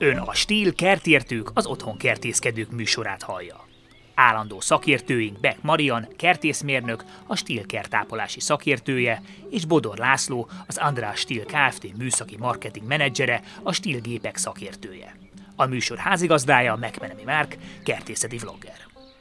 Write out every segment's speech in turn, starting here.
Ön a Stíl kertértők, az otthon kertészkedők műsorát hallja. Állandó szakértőink Beck Marian, kertészmérnök, a Stíl kertápolási szakértője, és Bodor László, az András Stíl Kft. Műszaki marketing menedzsere, a Stíl gépek szakértője. A műsor házigazdája McMenemy Márk, kertészeti vlogger.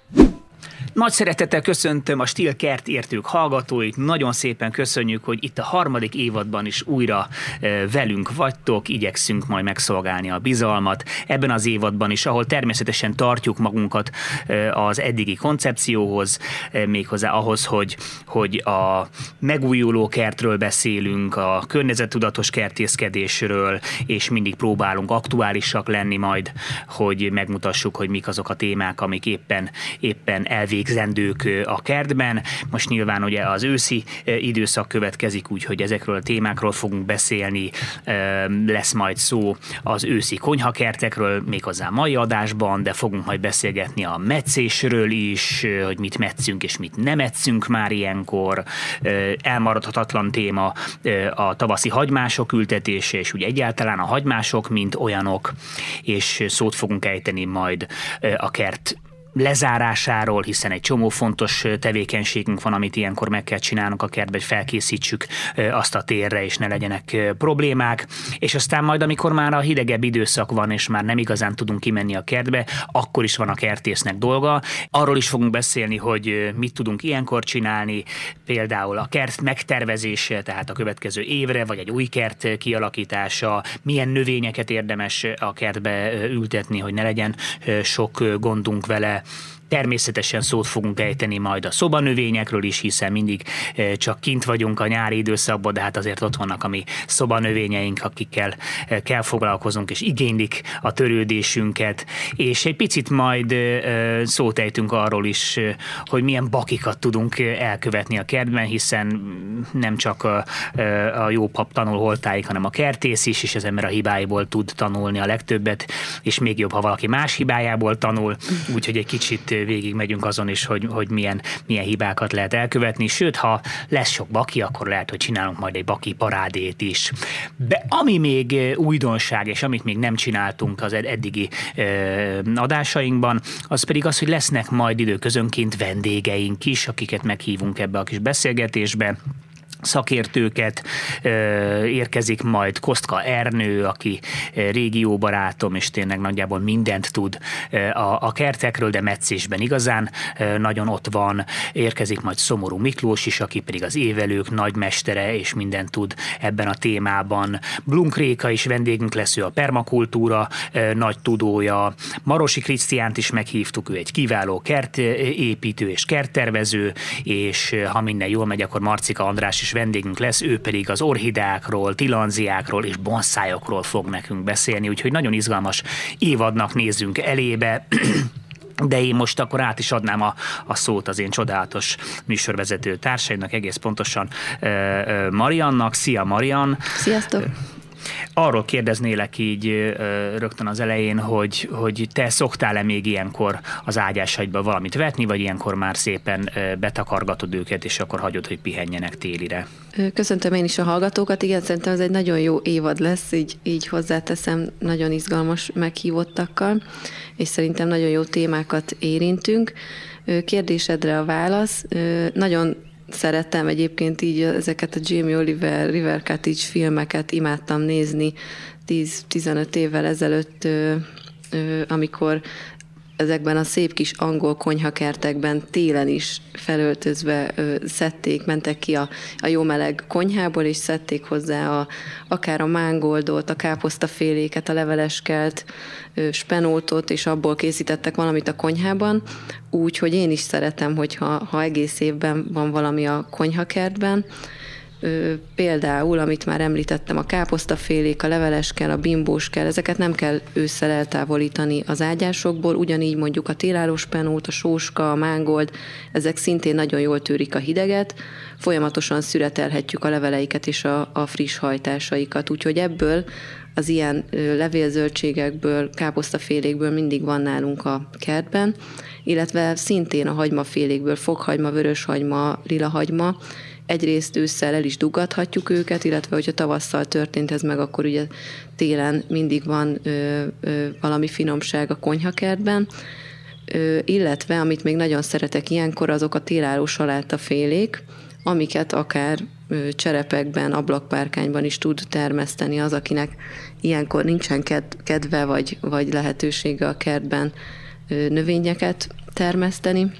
Nagy szeretettel köszöntöm a Stíl kertértők hallgatóit, nagyon szépen köszönjük, hogy itt a harmadik évadban is újra velünk vagytok, igyekszünk majd megszolgálni a bizalmat ebben az évadban is, ahol természetesen tartjuk magunkat az eddigi koncepcióhoz, méghozzá ahhoz, hogy a megújuló kertről beszélünk, a környezettudatos kertészkedésről, és mindig próbálunk aktuálisak lenni majd, hogy megmutassuk, hogy mik azok a témák, amik éppen elvégzendők a kertben. Most nyilván ugye az őszi időszak következik, úgyhogy ezekről a témákról fogunk beszélni. Lesz majd szó az őszi konyhakertekről, méghozzá mai adásban, de fogunk majd beszélgetni a metszésről is, hogy mit metszünk és mit nem metszünk már ilyenkor. Elmaradhatatlan téma a tavaszi hagymások ültetése, és úgy egyáltalán a hagymások, mint olyanok, és szót fogunk ejteni majd a kert lezárásáról, hiszen egy csomó fontos tevékenységünk van, amit ilyenkor meg kell csinálnunk a kertbe, hogy felkészítsük azt a térre, és ne legyenek problémák. És aztán majd, amikor már a hidegebb időszak van, és már nem igazán tudunk kimenni a kertbe, akkor is van a kertésznek dolga. Arról is fogunk beszélni, hogy mit tudunk ilyenkor csinálni, például a kert megtervezése, tehát a következő évre, vagy egy új kert kialakítása, milyen növényeket érdemes a kertbe ültetni, hogy ne legyen sok gondunk vele. Természetesen szót fogunk ejteni majd a szobanövényekről is, hiszen mindig csak kint vagyunk a nyári időszakban, de hát azért ott vannak a mi szobanövényeink, akikkel kell foglalkozunk, és igénylik a törődésünket. És egy picit majd szót ejtünk arról is, hogy milyen bakikat tudunk elkövetni a kertben, hiszen nem csak a jó pap tanul holtáig, hanem a kertész is, és az ember a hibáiból tud tanulni a legtöbbet, és még jobb, ha valaki más hibájából tanul, úgyhogy egy kicsit végig megyünk azon is, hogy milyen hibákat lehet elkövetni, sőt, ha lesz sok baki, akkor lehet, hogy csinálunk majd egy baki parádét is. De ami még újdonság, és amit még nem csináltunk az eddigi adásainkban, az pedig az, hogy lesznek majd időközönként vendégeink is, akiket meghívunk ebbe a kis beszélgetésbe. Szakértőket, érkezik majd Kostka Ernő, aki régió barátom, és tényleg nagyjából mindent tud a kertekről, de metszésben igazán nagyon ott van. Érkezik majd Szomorú Miklós is, aki pedig az évelők nagymestere, és mindent tud ebben a témában. Blunk Réka is vendégünk lesz, ő a permakultúra nagy tudója. Marosi Krisztiánt is meghívtuk, ő egy kiváló kertépítő és kerttervező, és ha minden jól megy, akkor Marcika András is vendégünk lesz, ő pedig az orchideákról, tilanziákról és bonszájokról fog nekünk beszélni, úgyhogy nagyon izgalmas évadnak nézzünk elébe. De én most akkor át is adnám a szót az én csodálatos műsorvezető társaimnak, egész pontosan Mariannak. Szia, Marian! Sziasztok! Arról kérdeznélek így rögtön az elején, hogy te szoktál-e még ilyenkor az ágyásaidba valamit vetni, vagy ilyenkor már szépen betakargatod őket, és akkor hagyod, hogy pihenjenek télire? Köszöntöm én is a hallgatókat. Igen, szerintem ez egy nagyon jó évad lesz, így hozzáteszem, nagyon izgalmas meghívottakkal, és szerintem nagyon jó témákat érintünk. Kérdésedre a válasz. Nagyon szerettem egyébként így ezeket a Jamie Oliver, River Cottage filmeket, imádtam nézni 10-15 évvel ezelőtt, amikor ezekben a szép kis angol konyhakertekben télen is felöltözve szedték, mentek ki a jó meleg konyhából, és szedték hozzá akár a mángoldot, a káposztaféléket, a leveleskelt, spenótot, és abból készítettek valamit a konyhában. Úgyhogy én is szeretem, hogyha egész évben van valami a konyhakertben. Például, amit már említettem, a káposztafélék, a leveleskkel, a bimbóskkel, ezeket nem kell ősszel eltávolítani az ágyásokból, ugyanígy mondjuk a télálló spenót, a sóska, a mángold, ezek szintén nagyon jól tűrik a hideget, folyamatosan szüretelhetjük a leveleiket és a friss hajtásaikat, úgyhogy ebből az ilyen levélzöldségekből, káposztafélékből mindig van nálunk a kertben, illetve szintén a hagymafélékből, fokhagyma, vöröshagyma, lilahagyma, egyrészt ősszel el is duggathatjuk őket, illetve hogyha tavasszal történt ez meg, akkor ugye télen mindig van valami finomság a konyhakertben, illetve amit még nagyon szeretek ilyenkor, azok a télálló salátafélék, amiket akár cserepekben, ablakpárkányban is tud termeszteni az, akinek ilyenkor nincsen kedve vagy lehetősége a kertben növényeket termeszteni,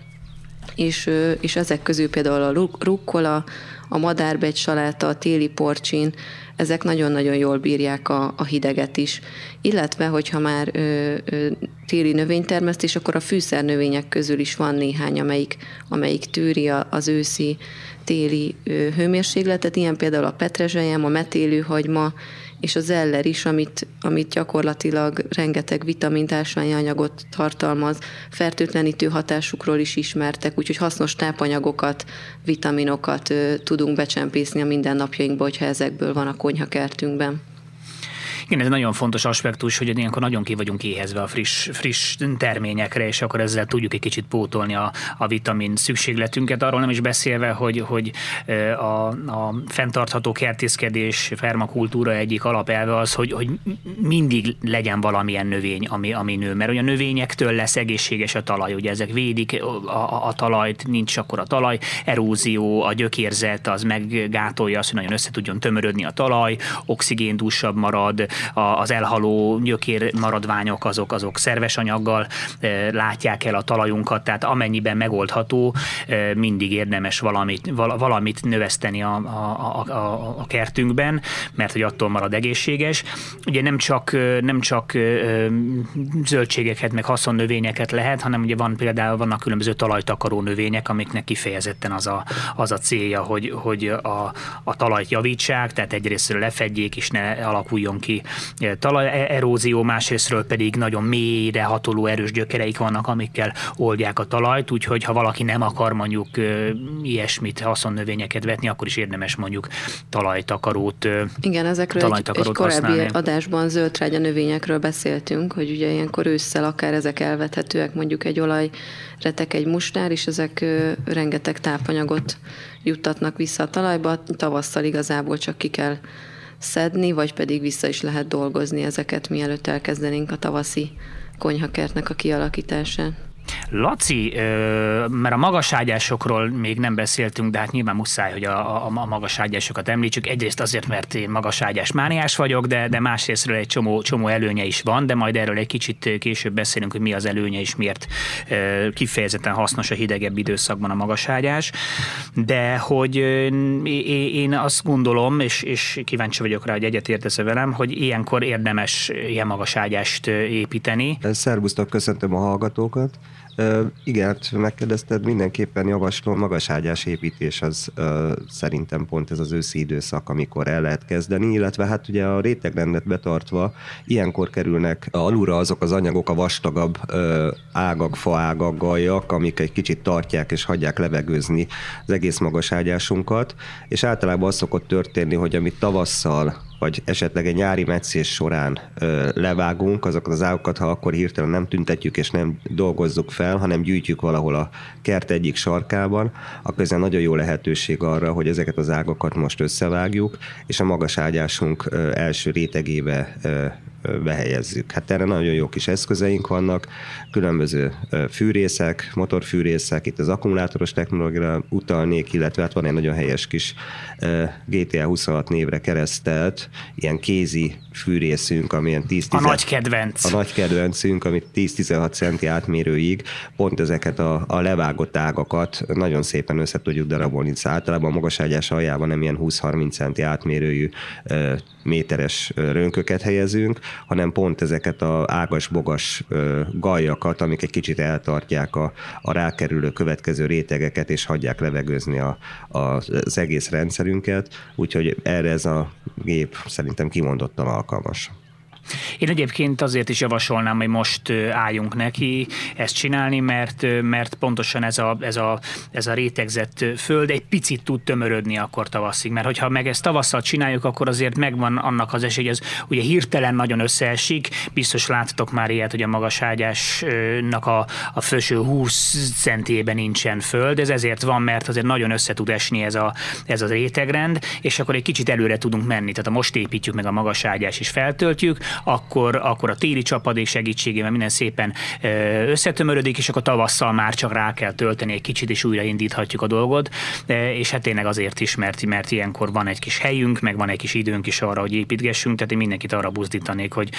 és ezek közül például a rukkola, a madárbegy saláta, a téli porcsin, ezek nagyon-nagyon jól bírják a hideget is. Illetve, hogyha már téli növénytermesztés, akkor a fűszernövények közül is van néhány, amelyik tűri az őszi téli hőmérsékletet, ilyen például a petrezselyem, a metélőhagyma, és az zeller is, amit gyakorlatilag rengeteg vitamint, ásványi anyagot tartalmaz, fertőtlenítő hatásukról is ismertek, úgyhogy hasznos tápanyagokat, vitaminokat tudunk becsempészni a mindennapjainkba, hogyha ezekből van a konyhakertünkben. Igen, ez nagyon fontos aspektus, hogy ilyenkor nagyon ki vagyunk éhezve a friss terményekre, és akkor ezzel tudjuk egy kicsit pótolni a vitamin szükségletünket. Arról nem is beszélve, hogy a fenntartható kertészkedés, permakultúra egyik alapelve az, hogy mindig legyen valamilyen növény, ami nő. Mert ugye a növényektől lesz egészséges a talaj, ugye ezek védik a talajt, nincs akkor a talaj, erózió, a gyökérzet, az meggátolja azt, hogy nagyon össze tudjon tömörödni a talaj, oxigéndúsabb marad, az elhaló gyökér maradványok azok szerves anyaggal látják el a talajunkat, tehát amennyiben megoldható, mindig érdemes valamit növeszteni a kertünkben, mert hogy attól marad egészséges. Ugye nem csak zöldségeket, meg haszonnövényeket lehet, hanem ugye vannak különböző talajtakaró növények, amiknek kifejezetten az a célja, hogy a talajt javítsák, tehát egyrésztről lefedjék, és ne alakuljon ki talajerózió, másrésztről pedig nagyon mélyre hatoló erős gyökereik vannak, amikkel oldják a talajt, úgyhogy ha valaki nem akar mondjuk ilyesmit, haszonnövényeket vetni, akkor is érdemes mondjuk talajtakarót. Igen, ezekről egy korábbi használni. Adásban zöldtrágya növényekről beszéltünk, hogy ugye ilyenkor ősszel akár ezek elvethetőek, mondjuk egy olajretek, egy mustár, és ezek rengeteg tápanyagot juttatnak vissza a talajba, tavasszal igazából csak ki kell szedni, vagy pedig vissza is lehet dolgozni ezeket, mielőtt elkezdenénk a tavaszi konyhakertnek a kialakítását. Laci, mert a magaságyásokról még nem beszéltünk, de hát nyilván muszáj, hogy a magaságyásokat említsük. Egyrészt azért, mert én magaságyás mániás vagyok, de másrésztről egy csomó előnye is van, de majd erről egy kicsit később beszélünk, hogy mi az előnye és miért kifejezetten hasznos a hidegebb időszakban a magaságyás. De hogy én azt gondolom, és kíváncsi vagyok rá, hogy egyetértesz velem, hogy ilyenkor érdemes ilyen magaságyást építeni. Szervusztok, köszöntöm a hallgatókat. Igen, megkérdezted, mindenképpen javaslom, magaságyás építés az szerintem pont ez az őszi időszak, amikor el lehet kezdeni, illetve hát ugye a rétegrendet betartva ilyenkor kerülnek alulra azok az anyagok, a vastagabb ágak, faágak, gajak, amik egy kicsit tartják és hagyják levegőzni az egész magaságyásunkat, és általában az szokott történni, hogy amit tavasszal vagy esetleg egy nyári metszés során levágunk, azokat az ágokat, ha akkor hirtelen nem tüntetjük és nem dolgozzuk fel, hanem gyűjtjük valahol a kert egyik sarkában, akkor ez egy nagyon jó lehetőség arra, hogy ezeket az ágakat most összevágjuk, és a magaságyásunk első rétegébe behelyezzük. Hát erre nagyon jó kis eszközeink vannak, különböző fűrészek, motorfűrészek, itt az akkumulátoros technológiára utalnék, illetve hát van egy nagyon helyes kis GTA 26 névre keresztelt ilyen kézi fűrészünk, amilyen 10-10... A nagy kedvenc. A nagy kedvencünk, amit 10-16 centi átmérőig pont ezeket a levágott ágakat nagyon szépen össze tudjuk darabolni. Általában a magaságyás aljában nem ilyen 20-30 centi átmérőjű méteres rönköket helyezünk, hanem pont ezeket az ágas-bogas gajakat, amik egy kicsit eltartják a rákerülő következő rétegeket, és hagyják levegőzni az egész rendszerünket. Úgyhogy erre ez a gép szerintem kimondottan alkalmas. Én egyébként azért is javasolnám, hogy most álljunk neki ezt csinálni, mert pontosan ez a rétegzett föld egy picit tud tömörödni akkor tavaszig, mert hogyha meg ezt tavasszal csináljuk, akkor azért megvan annak az esély, hogy ez ugye hirtelen nagyon összeesik. Biztos láttatok már ilyet, hogy a magaságyásnak a felső 20 centében nincsen föld, ez ezért van, mert azért nagyon össze tud esni ez a rétegrend, és akkor egy kicsit előre tudunk menni. Tehát ha most építjük meg a magaságyás és feltöltjük, akkor a téli csapadék segítségével minden szépen összetömörödik, és akkor tavasszal már csak rá kell tölteni egy kicsit, és újraindíthatjuk a dolgot. És hát tényleg azért is, mert ilyenkor van egy kis helyünk, meg van egy kis időnk is arra, hogy építgessünk, tehát én mindenkit arra buzdítanék, hogy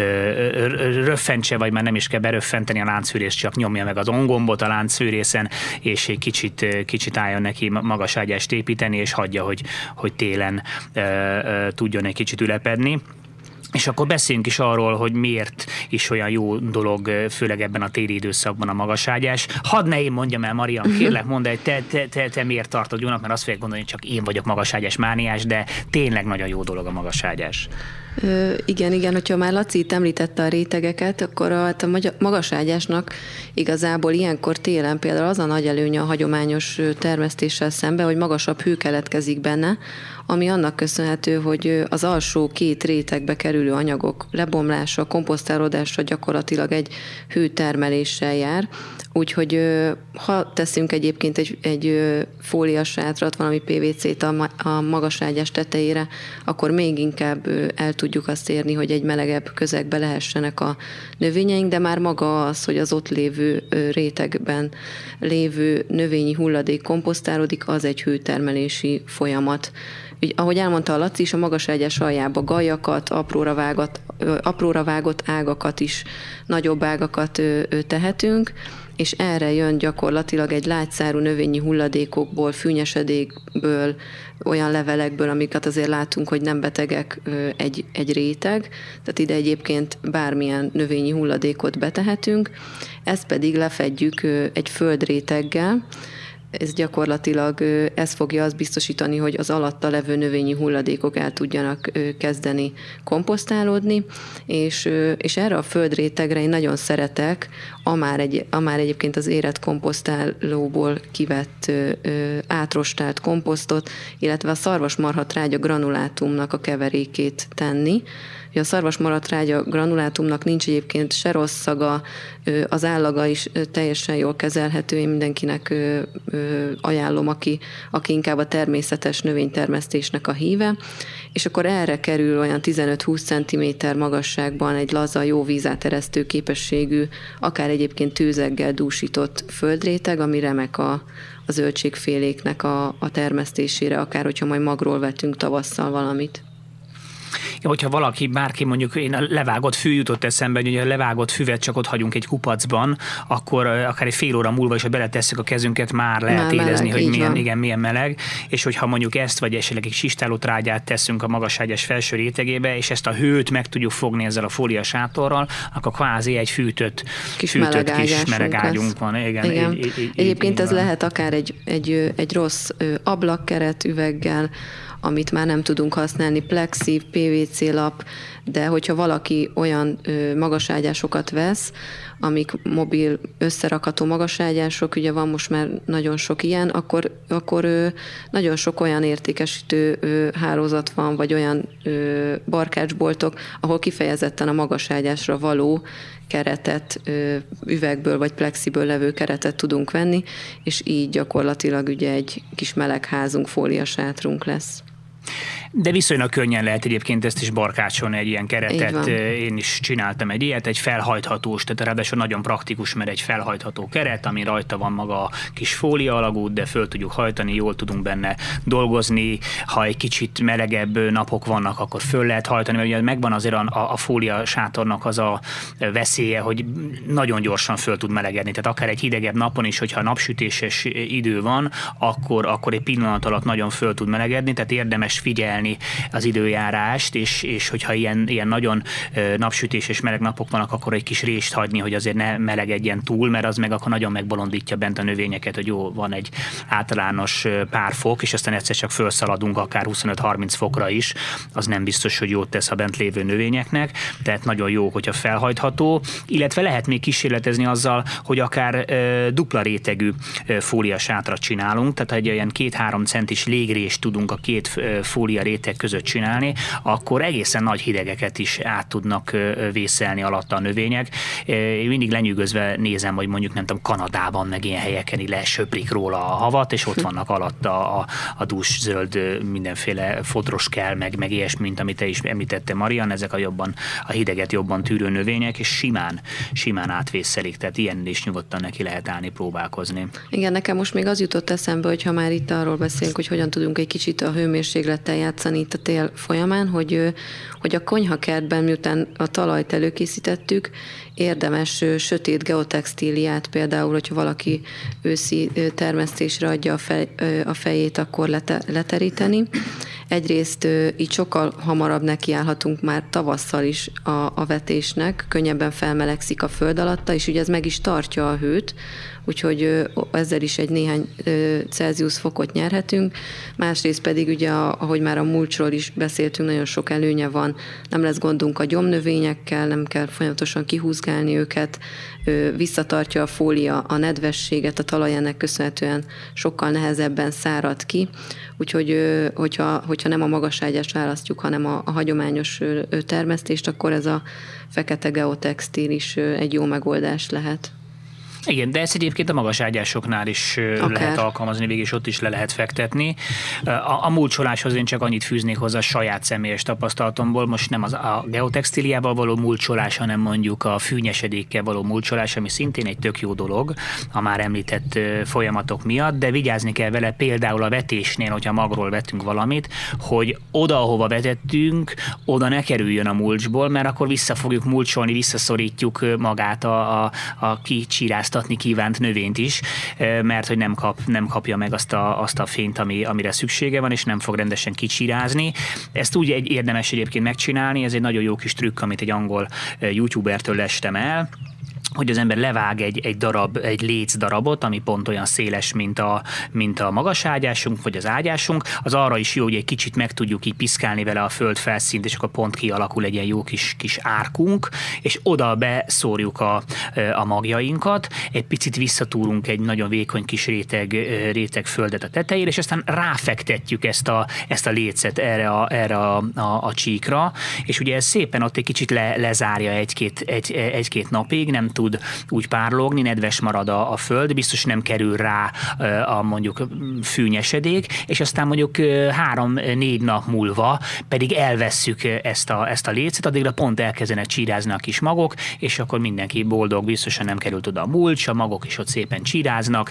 röffentse, vagy már nem is kell beröffenteni a láncfűrész, csak nyomja meg az ongombot a láncfűrészen, és egy kicsit álljon neki magaságyást építeni, és hagyja, hogy télen tudjon egy kicsit ülepedni. És akkor beszéljünk is arról, hogy miért is olyan jó dolog, főleg ebben a téli időszakban a magaságyás. Hadd ne én mondjam el, Marian, kérlek, mondd el, te miért tartod jónak, mert azt fogják gondolni, hogy csak én vagyok magaságyás mániás, de tényleg nagyon jó dolog a magaságyás. Igen, hogyha már Laci itt említette a rétegeket, akkor a magaságyásnak igazából ilyenkor télen például az a nagy előnye a hagyományos termesztéssel szemben, hogy magasabb hő keletkezik benne, ami annak köszönhető, hogy az alsó két rétegbe kerülő anyagok lebomlása, komposztálódása gyakorlatilag egy hőtermeléssel jár. Úgyhogy ha teszünk egyébként egy fóliasátrat, valami PVC-t a magaságyás tetejére, akkor még inkább el tudjuk azt érni, hogy egy melegebb közegbe lehessenek a növényeink, de már maga az, hogy az ott lévő rétegben lévő növényi hulladék komposztálódik, az egy hőtermelési folyamat. Úgy, ahogy elmondta a Laci is, a magaságyás aljába gajakat, apróra vágott ágakat is, nagyobb ágakat tehetünk, és erre jön gyakorlatilag egy lágyszárú növényi hulladékokból, fűnyesedékből, olyan levelekből, amiket azért látunk, hogy nem betegek egy réteg, tehát ide egyébként bármilyen növényi hulladékot betehetünk, ezt pedig lefedjük egy földréteggel. Ez gyakorlatilag ez fogja azt biztosítani, hogy az alatta levő növényi hulladékok el tudjanak kezdeni komposztálódni, és erre a földrétegre én nagyon szeretek a már egyébként az érett komposztálóból kivett átrostált komposztot, illetve a szarvasmarhatrágya granulátumnak a keverékét tenni. A szarvasmarhatrágya granulátumnak nincs egyébként se rossz szaga, az állaga is teljesen jól kezelhető, én mindenkinek ajánlom, aki inkább a természetes növénytermesztésnek a híve, és akkor erre kerül olyan 15-20 cm magasságban egy laza, jó vízáteresztő képességű, akár egyébként tőzeggel dúsított földréteg, ami remek a zöldségféléknek a termesztésére, akár hogyha majd magról vetünk tavasszal valamit. Hogyha bárki mondjuk, én a levágott fű jutott eszembe, hogy a levágott füvet csak ott hagyunk egy kupacban, akkor akár egy fél óra múlva is, ha beletesszük a kezünket, már lehet érezni, hogy milyen meleg, és hogyha mondjuk ezt, vagy esetleg egy sistálótrágyát teszünk a magaságyás felső rétegébe, és ezt a hőt meg tudjuk fogni ezzel a fóliasátorral, akkor kvázi egy fűtött kis meleg ágyunk van. Igen. Egyébként ez lehet akár egy rossz ablakkeret üveggel, amit már nem tudunk használni, plexi, PVC lap, de hogyha valaki olyan magaságyásokat vesz, amik mobil összerakható magaságyások, ugye van most már nagyon sok ilyen, akkor nagyon sok olyan értékesítő hálózat van, vagy olyan barkácsboltok, ahol kifejezetten a magaságyásra való keretet, üvegből vagy plexiből levő keretet tudunk venni, és így gyakorlatilag ugye egy kis melegházunk, fóliasátrunk lesz. De viszonylag könnyen lehet egyébként ezt is barkácsolni, egy ilyen keretet. Én is csináltam egy ilyet, egy felhajthatós, tehát ráadásul nagyon praktikus, mert egy felhajtható keret, ami rajta van maga a kis fólia alagút, de föl tudjuk hajtani, jól tudunk benne dolgozni. Ha egy kicsit melegebb napok vannak, akkor föl lehet hajtani, mert ugye megvan azért a fólia sátornak az a veszélye, hogy nagyon gyorsan föl tud melegedni. Tehát akár egy hidegebb napon is, hogyha napsütéses idő van, akkor egy pillanat alatt nagyon föl tud melegedni, tehát érdemes érdemes figyelni az időjárást, és hogyha ilyen nagyon napsütés és meleg napok vannak, akkor egy kis rést hagyni, hogy azért ne melegedjen túl, mert az meg akkor nagyon megbolondítja bent a növényeket, hogy jó, van egy általános pár fok, és aztán egyszer csak felszaladunk akár 25-30 fokra is, az nem biztos, hogy jót tesz a bent lévő növényeknek, tehát nagyon jó, hogyha felhajtható, illetve lehet még kísérletezni azzal, hogy akár dupla rétegű fóliasátrat csinálunk, tehát egy olyan 2-3 centis légrést tudunk a két fólia réteg között csinálni, akkor egészen nagy hidegeket is át tudnak vészelni alatta a növények. Én mindig lenyűgözve nézem, hogy mondjuk nem tudom, Kanadában meg ilyen helyeken lesöprik róla a havat, és ott vannak alatta a dús zöld mindenféle fodros kell, meg ilyesmi, mint amit te is említette, Marian, ezek a hideget jobban tűrő növények, és simán átvészelik, tehát ilyen is nyugodtan neki lehet állni, próbálkozni. Igen, nekem most még az jutott eszembe, hogy ha már itt arról beszélünk, hogy hogyan tudunk egy kicsit a hőmérséklettel játszani itt a tél folyamán, hogy a konyhakertben, miután a talajt előkészítettük, érdemes sötét geotextíliát, például, hogyha valaki őszi termesztésre adja a fejét, akkor leteríteni. Egyrészt így sokkal hamarabb nekiállhatunk már tavasszal is a vetésnek, könnyebben felmelegszik a föld alatta, és ugye ez meg is tartja a hőt, úgyhogy ezzel is egy néhány Celsius fokot nyerhetünk. Másrészt pedig ugye, ahogy már a mulcsról is beszéltünk, nagyon sok előnye van, nem lesz gondunk a gyomnövényekkel, nem kell folyamatosan kihúzgálni őket, visszatartja a fólia a nedvességet, a talaj ennek köszönhetően sokkal nehezebben szárad ki, úgyhogy hogyha nem a magaságyást választjuk, hanem a hagyományos termesztést, akkor ez a fekete geotextil is egy jó megoldás lehet. Igen, de ezt egyébként a magaságyásoknál is lehet alkalmazni, végig is ott is le lehet fektetni. A mulcsoláshoz én csak annyit fűznék hozzá a saját személyes tapasztalatomból, most nem a geotextíliával való mulcsolás, hanem mondjuk a fűnyesedékkel való mulcsolás, ami szintén egy tök jó dolog a már említett folyamatok miatt, de vigyázni kell vele például a vetésnél, hogyha magról vettünk valamit, hogy oda, ahova vetettünk, oda ne kerüljön a mulcsból, mert akkor vissza fogjuk mulcsolni, visszaszorítjuk magát a kicsiráztatni kívánt növényt is, mert hogy nem kapja meg azt a fényt, amire szüksége van, és nem fog rendesen kicsirázni. Ezt úgy érdemes egyébként megcsinálni, ez egy nagyon jó kis trükk, amit egy angol youtubertől lestem el, hogy az ember levág egy léc darabot, ami pont olyan széles, mint a magas ágyásunk, vagy az ágyásunk, az arra is jó, hogy egy kicsit meg tudjuk így piszkálni vele a föld felszínt, és akkor pont kialakul egy ilyen jó kis árkunk, és oda beszórjuk a magjainkat, egy picit visszatúrunk egy nagyon vékony kis réteg földet a tetejére, és aztán ráfektetjük ezt a lécet erre a csíkra, és ugye ez szépen ott egy kicsit lezárja egy-két napig, nem tud úgy párlogni, nedves marad a föld, biztos nem kerül rá a mondjuk fűnyesedék, és aztán mondjuk 3-4 nap múlva pedig elvesszük ezt a lécet, addigra pont elkezdenek csírázni a kis magok, és akkor mindenki boldog, biztosan nem került oda a mulcs, a magok is ott szépen csíráznak,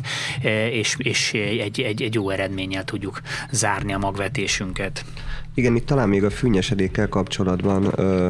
és egy jó eredménnyel tudjuk zárni a magvetésünket. Igen, itt talán még a fűnyesedékkel kapcsolatban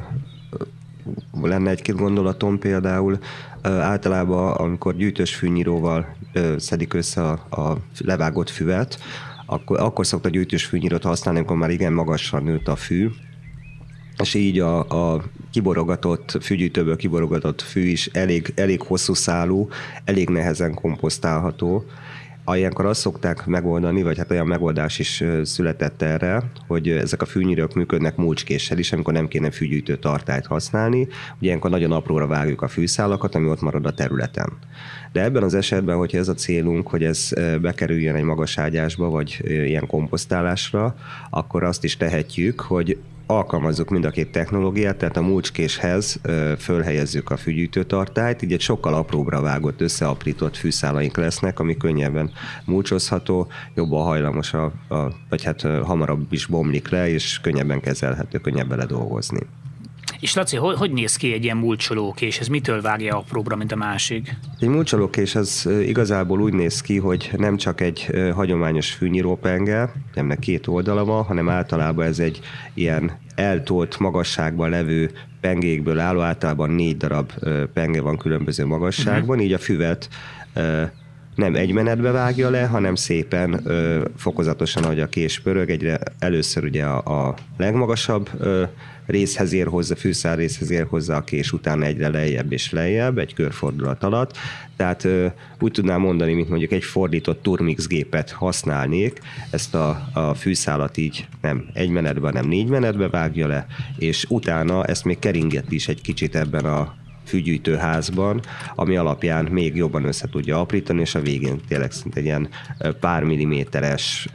lenne egy-két gondolatom, például általában, amikor gyűjtős fűnyíróval szedik össze a levágott füvet, akkor szokta gyűjtős fűnyírót használni, amikor már igen magasra nőtt a fű, és így a kiborogatott, fűgyűjtőből kiborogatott fű is elég hosszú szálú, elég nehezen komposztálható. Ilyenkor azt szokták megoldani, vagy hát olyan megoldás is született erre, hogy ezek a fűnyírók működnek mulcskéssel is, amikor nem kéne fűgyűjtő tartályt használni. Ugye ilyenkor nagyon apróra vágjuk a fűszálakat, ami ott marad a területen. De ebben az esetben, hogyha ez a célunk, hogy ez bekerüljön egy magas ágyásba, vagy ilyen komposztálásra, akkor azt is tehetjük, hogy alkalmazzuk mind a két technológiát, tehát a mulcskéshez fölhelyezzük a fűgyűjtőtartályt, így egy sokkal apróbbra vágott, összeaprított fűszálaink lesznek, ami könnyebben mulcsozható, jobban hajlamos, vagy hát hamarabb is bomlik le, és könnyebben kezelhető, könnyebb vele dolgozni. És Laci, hogy néz ki egy ilyen mulcsolókés? Ez mitől vágja apróbbra, mint a másik? Egy mulcsolókés az igazából úgy néz ki, hogy nem csak egy hagyományos fűnyírópenge, ennek két oldala van, hanem általában ez egy ilyen eltolt magasságban levő pengékből álló, általában 4 darab penge van különböző magasságban, így a füvet nem egy menetbe vágja le, hanem szépen fokozatosan, ahogy a kés pörög, először ugye a legmagasabb részhez ér hozzá, fűszál részhez ér hozzá a kés, utána egyre lejjebb és lejjebb, egy körfordulat alatt. Tehát úgy tudnám mondani, mint mondjuk egy fordított turmix gépet használnék, ezt a fűszálat így nem egy menetbe, hanem 4 menetbe vágja le, és utána ezt még keringet is egy kicsit ebben a fűgyűjtőházban, ami alapján még jobban össze tudja aprítani, és a végén tényleg szinte egy ilyen pár milliméteres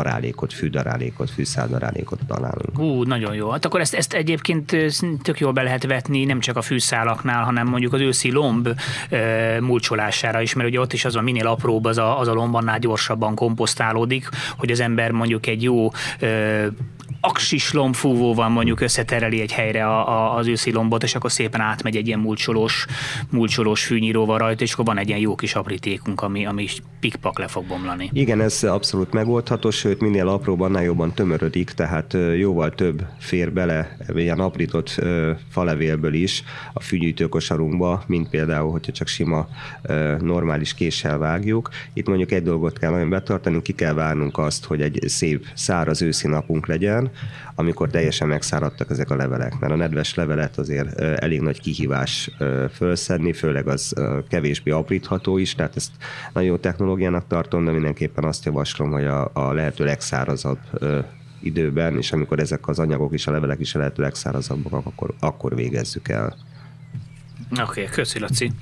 fűszáldarálékot találunk. Nagyon jó. Hát akkor ezt egyébként tök jól be lehet vetni, nem csak a fűszálaknál, hanem mondjuk az őszi lomb mulcsolására is, mert ugye ott is az, minél apróbb az a lomb, annál gyorsabban komposztálódik, hogy az ember mondjuk egy jó aksis lombfúvóval mondjuk összetereli egy helyre az őszi lombot, és akkor szépen átmegy egy ilyen mulcsolós fűnyíróval rajta, és akkor van egy ilyen jó kis aprítékunk, ami pikpak le fog bomlani. Igen, ez abszolút megoldható, sőt minél apróbb, annál jobban tömörödik, tehát jóval több fér bele ilyen aprított falevélből is a fűgyűjtőkosarunkba, mint például, hogyha csak sima normális késsel vágjuk. Itt mondjuk egy dolgot kell nagyon betartani, ki kell várnunk azt, hogy egy szép száraz őszi napunk legyen, amikor teljesen megszáradtak ezek a levelek, mert a nedves levelet azért elég nagy kihívás fölszedni, főleg az kevésbé aprítható is, tehát ezt nagyon jó technológiának tartom, de mindenképpen azt javaslom, hogy a lehető legszárazabb időben, és amikor ezek az anyagok és a levelek is a lehető legszárazabbak, akkor végezzük el. Oké, köszi, Laci.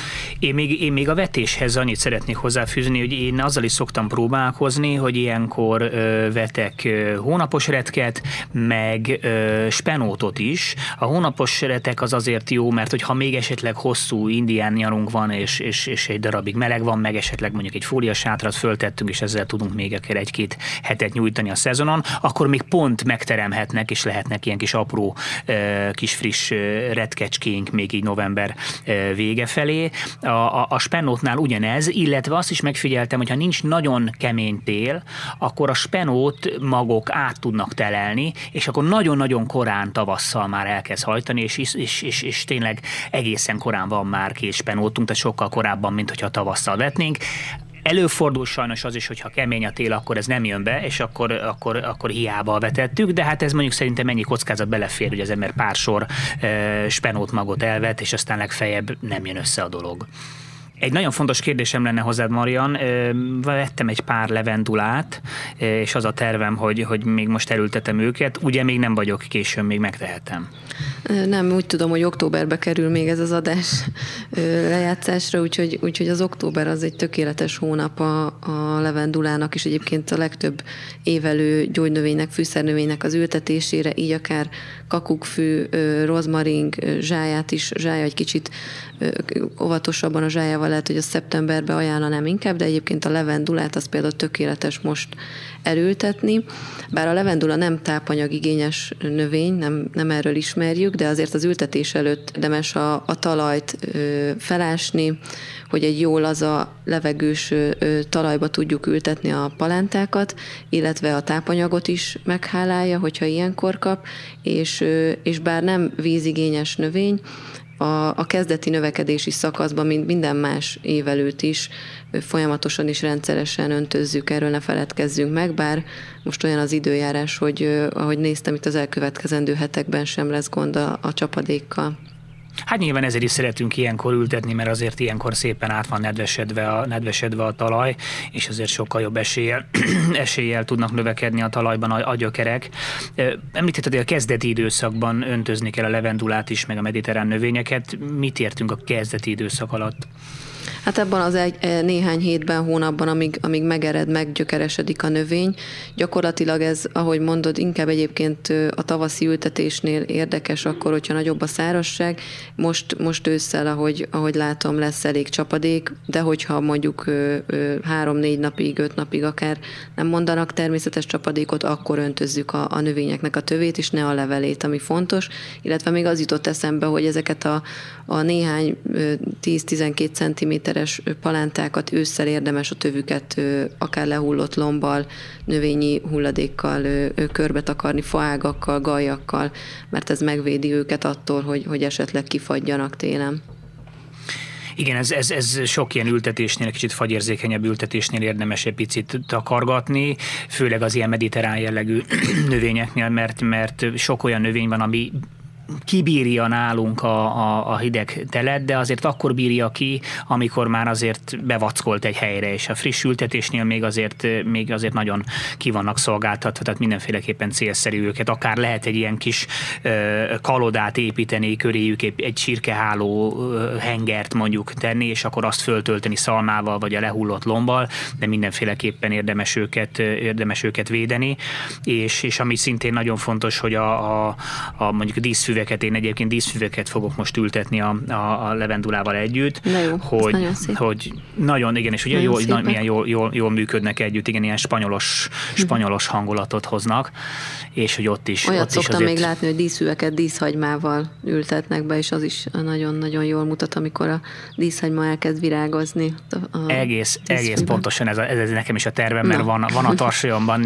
Én még a vetéshez annyit szeretnék hozzáfűzni, hogy én azzal is szoktam próbálkozni, hogy ilyenkor vetek hónapos retket, meg spenótot is. A hónapos retek az azért jó, mert hogyha még esetleg hosszú indián nyarunk van, és egy darabig meleg van, meg esetleg mondjuk egy fóliasátrat föltettünk, és ezzel tudunk még akár 1-2 hetet nyújtani a szezonon, akkor még pont megteremhetnek, és lehetnek ilyen kis apró, kis friss retkecskénk még így november vége felé. A spenótnál ugyanez, illetve azt is megfigyeltem, hogy ha nincs nagyon kemény tél, akkor a spenót magok át tudnak telelni, és akkor nagyon-nagyon korán tavasszal már elkezd hajtani, és tényleg egészen korán van már kés spenótunk, tehát sokkal korábban, mint hogyha tavasszal vetnénk. Előfordul sajnos az is, hogyha kemény a tél, akkor ez nem jön be, és akkor hiába vetettük, de hát ez mondjuk szerintem mennyi kockázat belefér, hogy az ember pár sor spenót magot elvet, és aztán legfeljebb nem jön össze a dolog. Egy nagyon fontos kérdésem lenne hozzád, Marian. Vettem egy pár levendulát, és az a tervem, hogy még most elültetem őket. Ugye még nem vagyok, későn még megtehetem. Nem, úgy tudom, hogy októberbe kerül még ez az adás lejátszásra, úgyhogy az október az egy tökéletes hónap a levendulának, és egyébként a legtöbb évelő gyógynövénynek, fűszernövénynek az ültetésére, így akár kakukkfű, rozmaring, zsája egy kicsit óvatosabban a zsájával lehet, hogy a szeptemberben ajánlanám inkább, de egyébként a levendulát az például tökéletes most elültetni. Bár a levendula nem tápanyagigényes növény, nem erről ismerjük, de azért az ültetés előtt érdemes a talajt felásni, hogy egy jó laza, levegős talajba tudjuk ültetni a palántákat, illetve a tápanyagot is meghálálja, hogyha ilyenkor kap, és bár nem vízigényes növény, a kezdeti növekedési szakaszban, mint minden más évelőt is, folyamatosan és rendszeresen öntözzük, erről ne feledkezzünk meg, bár most olyan az időjárás, hogy ahogy néztem, itt az elkövetkezendő hetekben sem lesz gond a csapadékkal. Hát nyilván ezért is szeretünk ilyenkor ültetni, mert azért ilyenkor szépen át van nedvesedve a talaj, és azért sokkal jobb eséllyel tudnak növekedni a talajban a gyökerek. Említetted, hogy a kezdeti időszakban öntözni kell a levendulát is, meg a mediterrán növényeket. Mit értünk a kezdeti időszak alatt? Hát ebben az néhány hétben, hónapban, amíg megered, meggyökeresedik a növény. Gyakorlatilag ez, ahogy mondod, inkább egyébként a tavaszi ültetésnél érdekes akkor, hogyha nagyobb a szárazság. Most ősszel, ahogy látom, lesz elég csapadék, de hogyha mondjuk 3-4 napig, 5 napig akár nem mondanak természetes csapadékot, akkor öntözzük a növényeknek a tövét, és ne a levelét, ami fontos. Illetve még az jutott eszembe, hogy ezeket a néhány 10-12 centiméteres palántákat ősszel érdemes a tövüket akár lehullott lombbal, növényi hulladékkal körbe takarni, faágakkal, galjakkal, mert ez megvédi őket attól, hogy esetleg kifagyjanak télen. Igen, ez sok ilyen ültetésnél, kicsit fagyérzékenyebb ültetésnél érdemes egy picit takargatni, főleg az ilyen mediterrán jellegű növényeknél, mert sok olyan növény van, ami kibírja nálunk a hideg telet, de azért akkor bírja ki, amikor már azért bevackolt egy helyre, és a friss ültetésnél még azért nagyon ki vannak szolgáltatva, tehát mindenféleképpen célszerű őket. Akár lehet egy ilyen kis kalodát építeni, köréjük egy csirkeháló hengert mondjuk tenni, és akkor azt föltölteni szalmával, vagy a lehullott lombbal, de mindenféleképpen érdemes őket védeni, és ami szintén nagyon fontos, hogy a mondjuk a díszfüveket, én egyébként díszfüveket fogok most ültetni a levendulával együtt, jó, hogy nagyon, igen, és ugye milyen jól működnek együtt, igen, ilyen spanyolos hangulatot hoznak, és hogy ott is. Olyat ott szoktam is azért... még látni, hogy díszfüveket díszhagymával ültetnek be, és az is nagyon-nagyon jól mutat, amikor a díszhagyma elkezd virágozni. Egész pontosan ez nekem is a tervem, mert van a tarsolyomban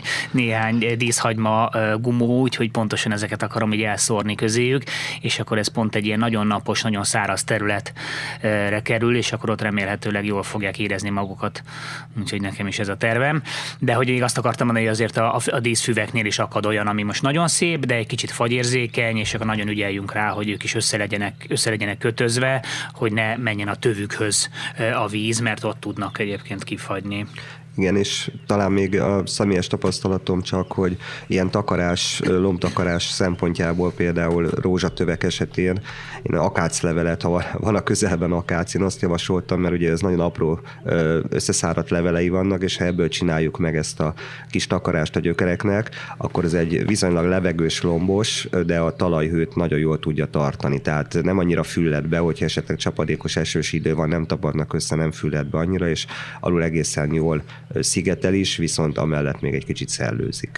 néhány díszhagyma gumó, úgyhogy pontosan ezeket akarom így elszórni közéjük, és akkor ez pont egy ilyen nagyon napos, nagyon száraz területre kerül, és akkor ott remélhetőleg jól fogják érezni magukat. Úgyhogy nekem is ez a tervem. De hogy még azt akartam mondani, hogy azért a díszfüveknél is akad olyan, ami most nagyon szép, de egy kicsit fagyérzékeny, és akkor nagyon ügyeljünk rá, hogy ők is össze legyenek kötözve, hogy ne menjen a tövükhöz a víz, mert ott tudnak egyébként kifagyni. Igen, és talán még a személyes tapasztalatom csak, hogy ilyen lombtakarás szempontjából például rózsatövek esetén én akáclevelet, ha van a közelben akác, én azt javasoltam, mert ugye ez nagyon apró összeszáradt levelei vannak, és ha ebből csináljuk meg ezt a kis takarást a gyökereknek, akkor ez egy viszonylag levegős lombos, de a talajhőt nagyon jól tudja tartani. Tehát nem annyira fülled be, hogyha esetleg csapadékos esős idő van, nem tapadnak össze, nem fülled be annyira, és alul egészen jól szigetel is, viszont amellett még egy kicsit szellőzik.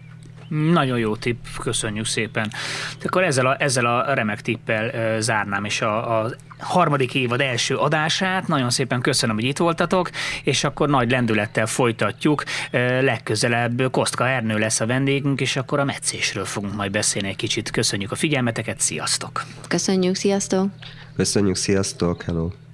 Nagyon jó tipp, köszönjük szépen. Akkor ezzel a remek tippel zárnám is a harmadik évad első adását. Nagyon szépen köszönöm, hogy itt voltatok, és akkor nagy lendülettel folytatjuk. Legközelebb Kostka Ernő lesz a vendégünk, és akkor a metszésről fogunk majd beszélni egy kicsit. Köszönjük a figyelmeteket, sziasztok! Köszönjük, sziasztok! Köszönjük, sziasztok, hello!